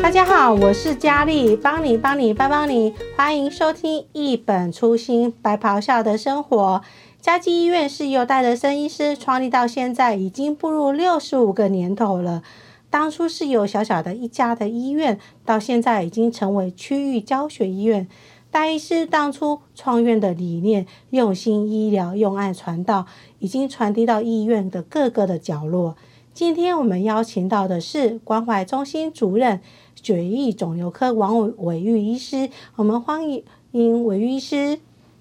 大家好，我是佳丽，帮你帮你，欢迎收听一本初心白袍下的生活。嘉基医院是由戴德森医师创立到现在，已经步入65个年头了。当初是由小小的一家的医院，到现在已经成为区域教学医院。戴医师当初创院的理念，用心医疗，用爱传道，已经传递到医院的各个的角落。今天我们邀请到的是关怀中心主任血液肿瘤科王伟玉医师，我们欢迎伟玉医师。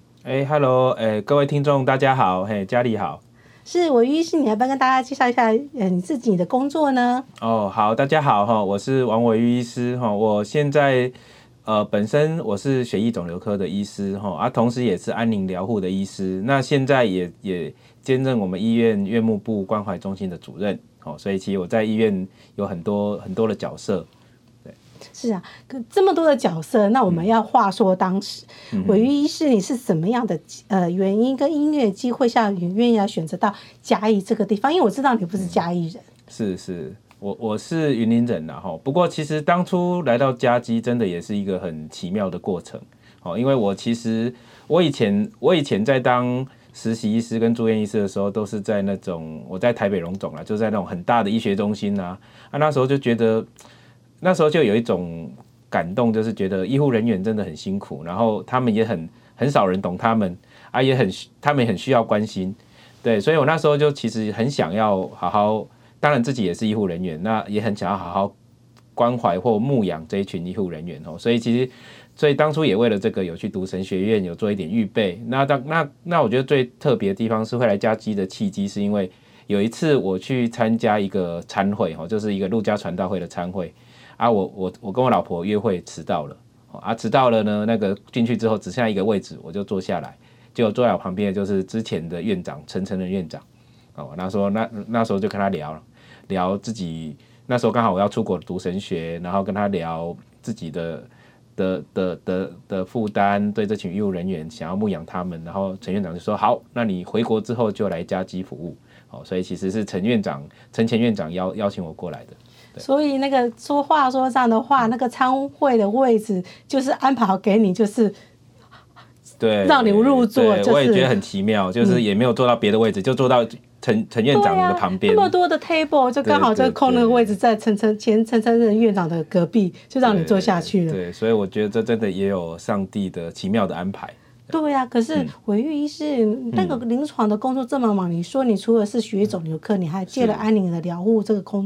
Hello， 各位听众大家好，嘉丽好。 是伟玉医师，你要不要跟大家介绍一下你自己的工作呢？ 好，大家好，我是王伟玉医师，我现在本身我是血液肿瘤科的医师，同时也是安宁疗护的医师，那现在也兼任我们医院院牧部关怀中心的主任，所以其实我在医院有很多的角色。 是啊，这么多的角色，那我们要话说当时，伟玉医师你是什么样的原因跟音乐机会下，你愿意要选择到嘉义这个地方？因为我知道你不是嘉义人。是， 我是云林人啦，不过其实当初来到嘉基，真的也是一个很奇妙的过程。因为我以前在当实习医师跟住院医师的时候，都是在那种我在台北荣总啦，就在那种很大的医学中心啊，那时候就觉得。那时候就有一种感动，就是觉得医护人员真的很辛苦，然后他们也很少人懂他们啊，他们也很需要关心，对，所以我那时候就其实很想要好好，当然自己也是医护人员，那也很想要好好关怀或牧养这一群医护人员哦，所以当初也为了这个有去读神学院，有做一点预备。那我觉得最特别的地方是会来嘉基的契机，是因为有一次我去参加一个餐会哦，就是一个路加传道会的餐会。我跟我老婆约会迟到了，迟到了呢，那个进去之后只剩下一个位置，我就坐下来，结果坐在我旁边的就是之前的院长陈的院长，那时候就跟他聊自己，那时候刚好我要出国读神学，然后跟他聊自己的负担，对这群医务人员想要牧养他们，然后陈院长就说好，那你回国之后就来嘉基服务，所以其实是陈前院长邀请我过来的。 所以那个说这样的话，那个餐会的位置就是安排好给你，就是对让你入座。就是我也觉得很奇妙，就是也没有坐到别的位置，就坐到陈院长的旁边。 那么多的 table 就刚好就空那个位置在陈任院长的隔壁，就让你坐下去了。 对，所以我觉得这真的也有上帝的奇妙的安排。 对呀，可是伟玉医师那个临床的工作这么忙，你说你除了是血液肿瘤科，你还接了安宁的疗护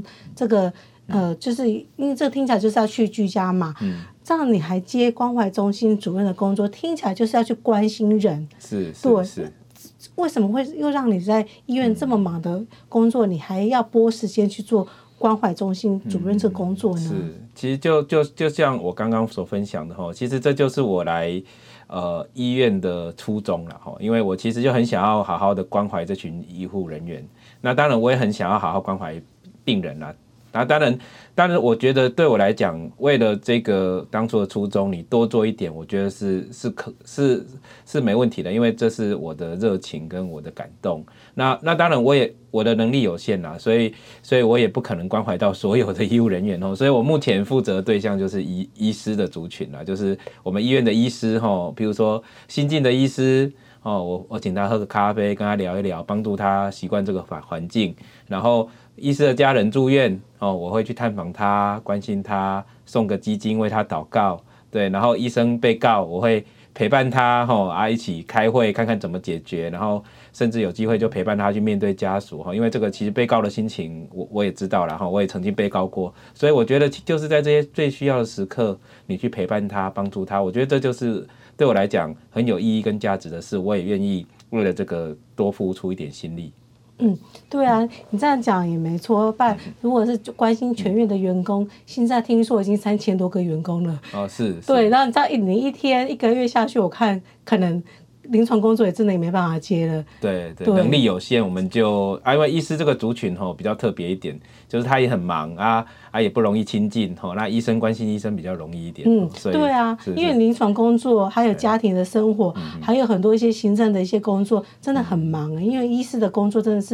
就是因为这听起来就是要去居家嘛，这样你还接关怀中心主任的工作，听起来就是要去关心人。是。为什么会又让你在医院这么忙的工作，你还要拨时间去做关怀中心主任这个工作呢？ 其实就像我刚刚所分享的其实这就是我来医院的初衷啦，因为我其实就很想要好好的关怀这群医护人员，那当然我也很想要好好关怀病人啦。那当然，我觉得对我来讲，为了这个当初的初衷，你多做一点，我觉得是没问题的，因为这是我的热情跟我的感动。那当然，我的能力有限啦，所以我也不可能关怀到所有的医务人员哦。所以我目前负责的对象就是医师的族群啦，就是我们医院的医师比如说新进的医师我请他喝个咖啡，跟他聊一聊，帮助他习惯这个环境，然后。医师的家人住院我会去探访他，关心他，送个基金为他祷告，对，然后医生被告，我会陪伴他一起开会，看看怎么解决，然后甚至有机会就陪伴他去面对家属因为这个其实被告的心情我也知道啦我也曾经被告过，所以我觉得就是在这些最需要的时刻，你去陪伴他，帮助他，我觉得这就是对我来讲很有意义跟价值的事，我也愿意为了这个多付出一点心力。 对啊，你这样讲也没错。如果是关心全院的员工，现在听说已经3000多个员工了。 是。 对，那这样你一天1个月下去，我看可能临床工作也真的也没办法接了。 对，能力有限，我们就因为医师这个族群比较特别一点，就是他也很忙也不容易亲近那医生关心医生比较容易一点。 对啊，因为临床工作还有家庭的生活，还有很多一些行政的一些工作，真的很忙。因为医师的工作真的是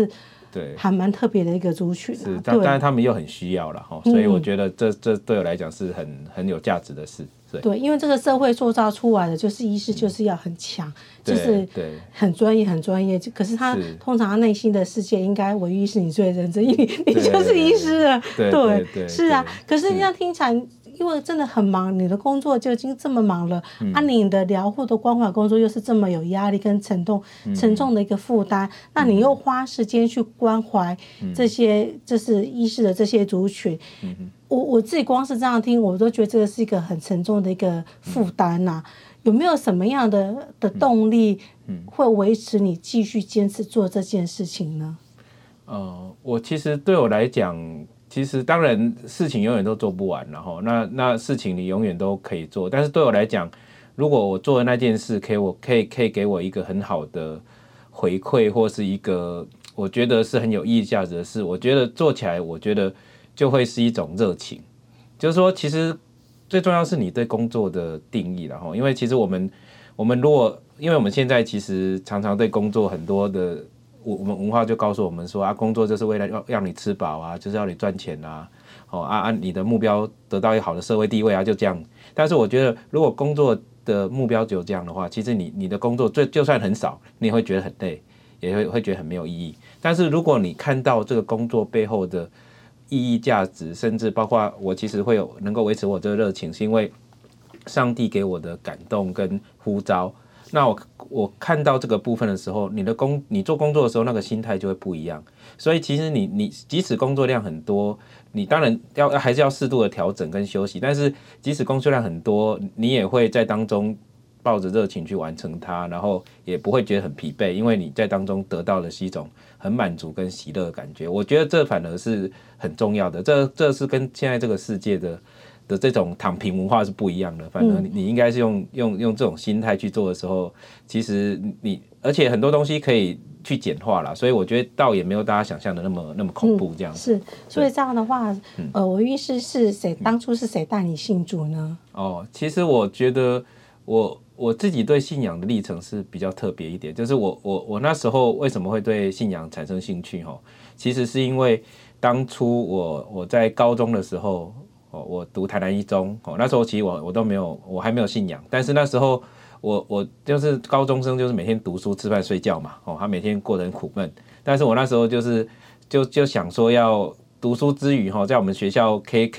对， 还蛮特别的一个族群啊。 是，当然他们又很需要了哈，所以我觉得这对我来讲是很有价值的事。 对，因为这个社会塑造出来的就是医师就是要很强，就是很专业很专业。可是他通常他内心的世界应该唯一是你最认真，因为你就是医师了。对，是啊。可是这样听起来，因为真的很忙，你的工作就已经这么忙了，你的疗护的关怀工作又是这么有压力跟沉重的一个负担，那你又花时间去关怀这些就是医师的这些族群。我自己光是这样听，我都觉得这个是一个很沉重的一个负担呐。有没有什么样的动力会维持你继续坚持做这件事情呢？ 我其实对我来讲，其实当然事情永远都做不完，然后那事情你永远都可以做，但是对我来讲，如果我做的那件事可以给我一个很好的回馈，或是一个我觉得是很有意义价值的事，我觉得做起来，我觉得就会是一种热情。就是说，其实最重要是你对工作的定义，然后因为其实我们如果因为我们现在其实常常对工作很多的我们文化就告诉我们说工作就是为了要让你吃饱啊，就是要你赚钱啊，你的目标得到一个好的社会地位啊，就这样。但是我觉得，如果工作的目标只有这样的话，其实你的工作就算很少，你也会觉得很累，也会觉得很没有意义。但是如果你看到这个工作背后的意义价值，甚至包括我其实会能够维持我这个热情，是因为上帝给我的感动跟呼召。那我看到这个部分的时候，你做工作的时候那个心态就会不一样。所以其实你即使工作量很多，你当然还是要适度的调整跟休息，但是即使工作量很多，你也会在当中抱着热情去完成它，然后也不会觉得很疲惫，因为你在当中得到的是一种很满足跟喜乐的感觉。我觉得这反而是很重要的，这是跟现在这个世界的这种躺平文化是不一样的。反正你应该是用这种心态去做的时候，其实而且很多东西可以去简化啦，所以我觉得倒也没有大家想象的那么恐怖这样子。 是，所以这样的话，我医师是谁？当初是谁带你信主呢？ 其实我觉得我自己对信仰的历程是比较特别一点，就是我那时候为什么会对信仰产生兴趣其实是因为当初我在高中的时候。我读台南一中，那时候其实我还没有信仰，但是那时候我就是高中生，就是每天读书、吃饭、睡觉嘛，他每天过得很苦闷。但是我那时候就想说要读书之余，在我们学校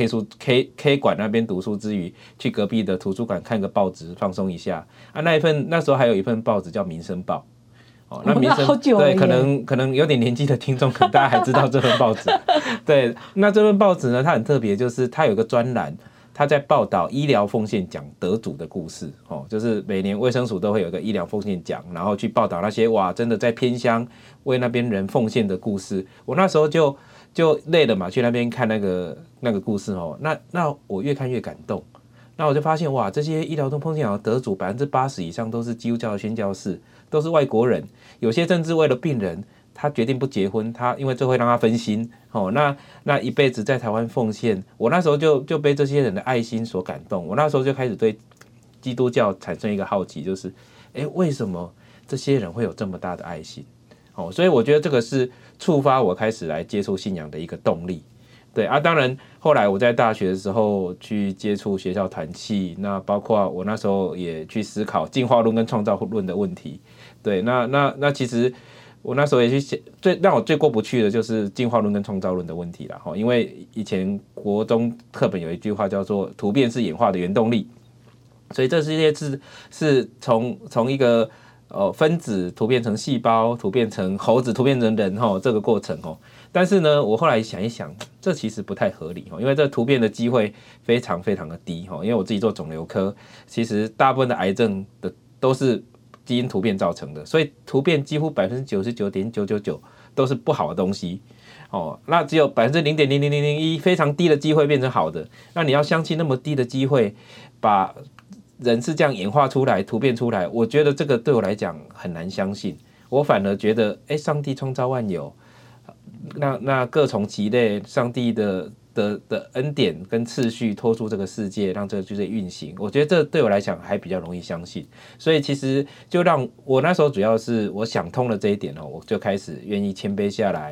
K 馆那边读书之余，去隔壁的图书馆看个报纸放松一下那时候还有一份报纸叫《民生报》。那民生对，可能有点年纪的听众，可能大家还知道这份报纸。对，那这份报纸呢，它很特别，就是它有个专栏，它在报道医疗奉献奖得主的故事。就是每年卫生署都会有一个医疗奉献奖，然后去报道那些真的在偏乡为那边人奉献的故事。我那时候就累了嘛，去那边看那个故事那我越看越感动。那我就发现这些医疗奉献奖的得主80%以上都是基督教的宣教士，都是外国人，有些甚至为了病人，他决定不结婚，因为这会让他分心那一辈子在台湾奉献。我那时候就被这些人的爱心所感动，我那时候就开始对基督教产生一个好奇，就是为什么这些人会有这么大的爱心所以我觉得这个是触发我开始来接触信仰的一个动力。对当然后来我在大学的时候去接触学校团契，那包括我那时候也去思考进化论跟创造论的问题。对，那其实我那时候也去想，让我最过不去的就是进化论跟创造论的问题啦因为以前国中课本有一句话叫做突变是演化的原动力，所以这些是从一个分子突变成细胞，突变成猴子，突变成人这个过程但是呢，我后来想一想，这其实不太合理因为这突变的机会非常非常的低因为我自己做肿瘤科，其实大部分的癌症的都是基因突变造成的，所以突变几乎99.999%都是不好的东西那只有0.00001%非常低的机会变成好的。那你要相信那么低的机会把人是这样演化出来、突变出来，我觉得这个对我来讲很难相信。我反而觉得上帝创造万有，那各从其类，上帝的恩典跟次序托出这个世界，让这个世界运行，我觉得这对我来讲还比较容易相信。所以其实就让我那时候主要是我想通了这一点我就开始愿意谦卑下来，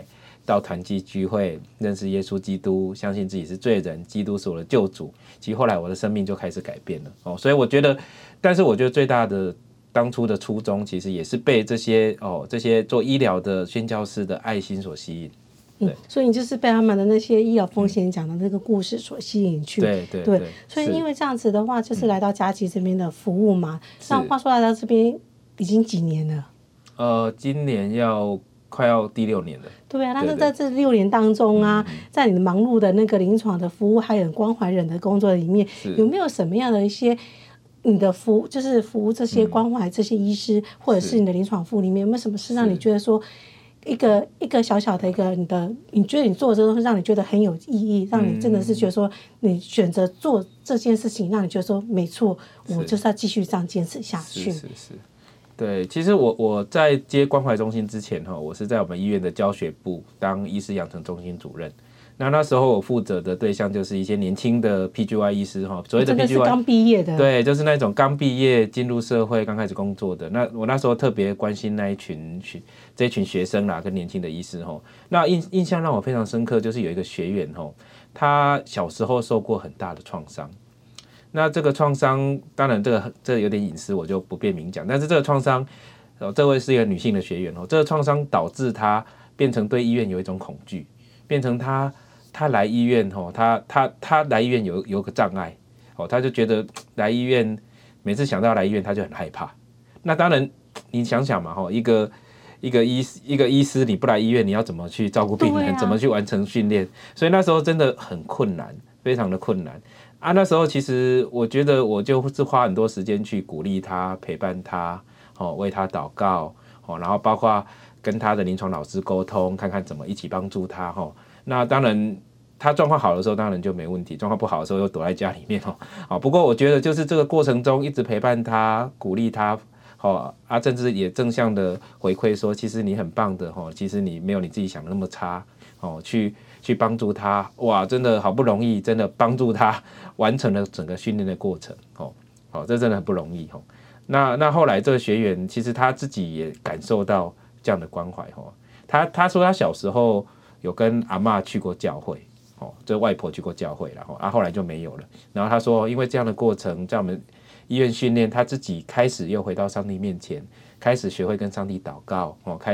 到团契聚会，认识耶稣基督，相信自己是罪人，基督是我的救主。其实后来我的生命就开始改变了所以我觉得，但是我觉得最大的当初的初衷，其实也是被这些做医疗的宣教士的爱心所吸引。 所以你就是被他们的那些医疗风险讲的那个故事所吸引去。 对， 所以因为这样子的话，就是来到嘉基这边的服务嘛。那话说来到这边已经几年了？ 今年快要第6年了。 对啊，那在这6年当中啊，在你的忙碌的那个临床的服务还有关怀人的工作里面，有没有什么样的一些你的服务，就是服务这些关怀这些医师，或者是你的临床服务里面，有没有什么事让你觉得说？一个小小的一个你觉得你做的这东西让你觉得很有意义，让你真的是觉得说你选择做这件事情，让你觉得说没错，我就是要继续这样坚持下去。 是，对，其实我在接关怀中心之前我是在我们医院的教学部当医师养成中心主任。那时候我负责的对象就是一些年轻的 PGY 医师所谓的 PGY 是刚毕业的， 对，就是那种刚毕业进入社会刚开始工作的。那我那时候特别关心这一群学生啦，跟年轻的医师那印象让我非常深刻，就是有一个学员他小时候受过很大的创伤。那这个创伤，当然这有点隐私，我就不便明讲。但是这个创伤，这位是一个女性的学员这个创伤导致她变成对医院有一种恐惧，变成她来医院他来医院有个障碍他就觉得来医院每次想到来医院他就很害怕。那当然你想想嘛一个医师你不来医院你要怎么去照顾病人，怎么去完成训练？所以那时候真的很困难，非常的困难那时候其实我觉得我就是花很多时间去鼓励他，陪伴他为他祷告然后包括跟他的临床老师沟通，看看怎么一起帮助他那当然他状况好的时候当然就没问题，状况不好的时候又躲在家里面不过我觉得就是这个过程中一直陪伴他，鼓励他甚至也正向的回馈说其实你很棒的其实你没有你自己想的那么差去帮助他。哇，真的好不容易，真的帮助他完成了整个训练的过程这真的很不容易那后来这个学员其实他自己也感受到这样的关怀他说他小时候有跟阿嬷去过教会这外婆去过教会了后来就没有了。然后他说因为这样的过程在我们医院训练，他自己开始又回到上帝面前，开始学会跟上帝祷告开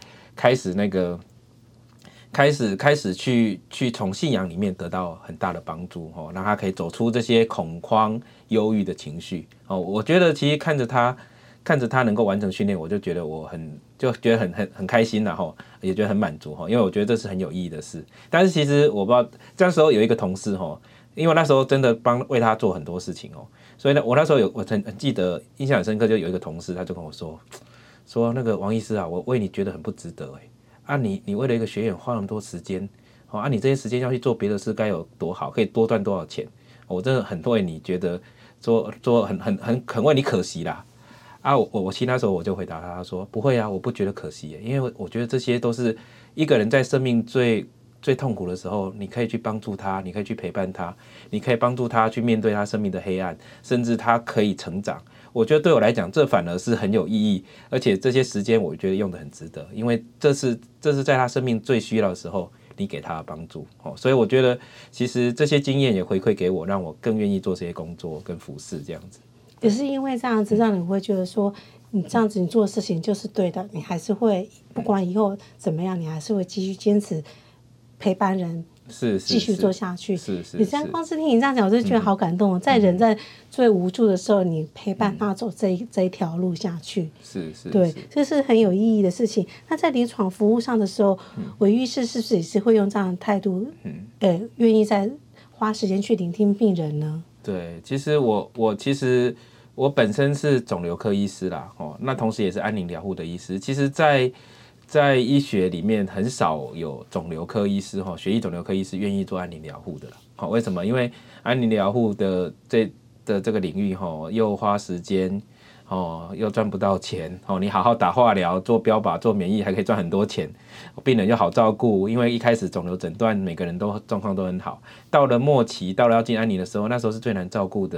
始去从信仰里面得到很大的帮助让他可以走出这些恐慌忧郁的情绪我觉得其实看着他能够完成训练，我就觉得很开心也觉得很满足因为我觉得这是很有意义的事。但是其实我不知道，那时候有一个同事因为那时候真的为他做很多事情所以呢，我那时候我很记得印象很深刻，就有一个同事他就跟我说那个王医师我为你觉得很不值得你为了一个学员花那么多时间你这些时间要去做别的事该有多好，可以多赚多少钱我真的很为你觉得做很为你可惜啦我其实那时候我就回答他说不会我不觉得可惜因为我觉得这些都是一个人在生命最痛苦的时候，你可以去帮助他，你可以去陪伴他，你可以帮助他去面对他生命的黑暗，甚至他可以成长。我觉得对我来讲这反而是很有意义，而且这些时间我觉得用得很值得，因为这是在他生命最需要的时候你给他的帮助所以我觉得其实这些经验也回馈给我，让我更愿意做这些工作跟服事这样子。 也是因为这样子让你会觉得说你这样子你做的事情就是对的，你还是会不管以后怎么样，你还是会继续坚持陪伴人，继续做下去。你这样光是听你这样讲，我就觉得好感动在人在最无助的时候，你陪伴他走这一条路下去，对，这是很有意义的事情。那在临床服务上的时候，韦医师是不是也是会用这样的态度，愿意在花时间去聆听病人呢？ 对，其实我本身是肿瘤科医师啦那同时也是安宁疗护的医师。其实在医学里面很少有肿瘤科医师血液肿瘤科医师愿意做安宁疗护的啦为什么？因为安宁疗护的这个领域又花时间又赚不到钱你好好打化疗做标靶做免疫还可以赚很多钱，病人又好照顾，因为一开始肿瘤诊断每个人都状况都很好，到了末期到了要进安宁的时候，那时候是最难照顾的，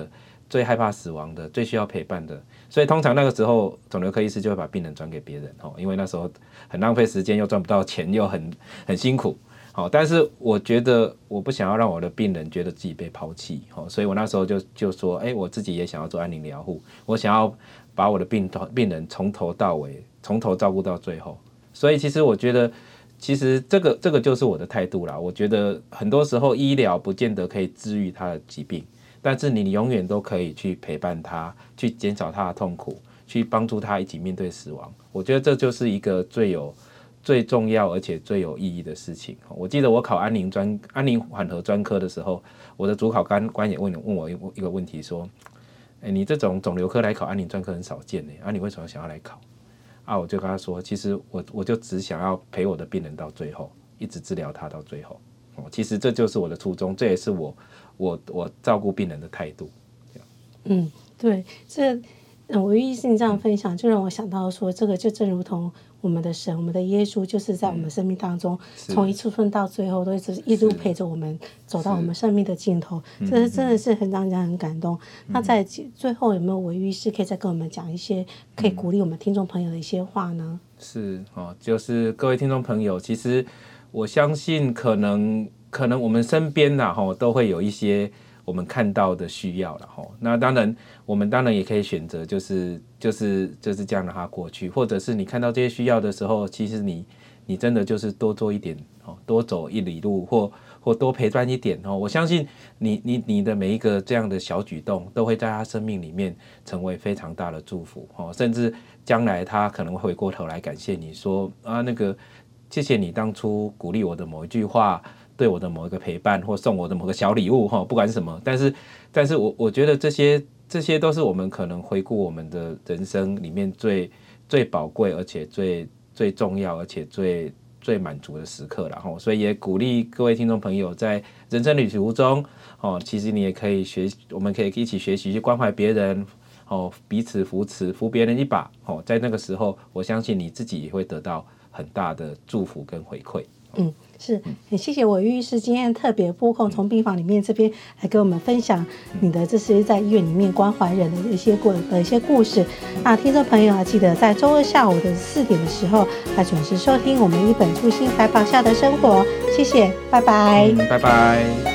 最害怕死亡的、最需要陪伴的。所以通常那个时候，肿瘤科医师就会把病人转给别人，因为那时候很浪费时间，又赚不到钱，又很辛苦。但是我觉得我不想要让我的病人觉得自己被抛弃，所以我那时候就说，我自己也想要做安宁疗护，我想要把我的病人从头到尾，从头照顾到最后。所以其实我觉得，其实这个就是我的态度啦。我觉得很多时候医疗不见得可以治愈他的疾病，但是你永远都可以去陪伴他，去减少他的痛苦，去帮助他一起面对死亡。我觉得这就是一个最重要而且最有意义的事情。我记得我考安宁缓和专科的时候，我的主考官也问我一个问题，说：你这种肿瘤科来考安宁专科很少见呢，你为什么想要来考？我就跟他说，其实我就只想要陪我的病人到最后，一直治疗他到最后。其实这就是我的初衷，这也是我照顾病人的态度。 对，我医师你这样分享，就让我想到说，这个就正如同我们的神，我们的耶稣，就是在我们生命当中，从一出生到最后，都一路陪着我们走到我们生命的尽头，这真的是很让人很感动。那在最后有没有韦医师可以再跟我们讲一些可以鼓励我们听众朋友的一些话呢？ 就是各位听众朋友，其实我相信可能我们身边都会有一些我们看到的需要了。那当然我们也可以选择就是这样让它过去，或者是你看到这些需要的时候，其实你真的就是多做一点，多走一里路，或多陪伴一点。我相信你的每一个这样的小举动都会在他生命里面成为非常大的祝福，甚至将来他可能会回过头来感谢你说谢谢你当初鼓励我的某一句话，对我的某一个陪伴，或送我的某个小礼物，不管是什么。但是我觉得这些都是我们可能回顾我们的人生里面最宝贵，而且最重要，而且最满足的时刻了。所以也鼓励各位听众朋友在人生旅途中，其实你也可以我们可以一起学习去关怀别人，彼此扶持，扶别人一把。在那个时候，我相信你自己也会得到很大的祝福跟回馈。 是很谢谢韦医师今天特别拨空从病房里面这边来跟我们分享你的这些在医院里面关怀人的一些故事。那听众朋友记得在周二下午的4点的时候来准时收听我们一本初心白袍下的生活。谢谢，拜拜。 拜拜。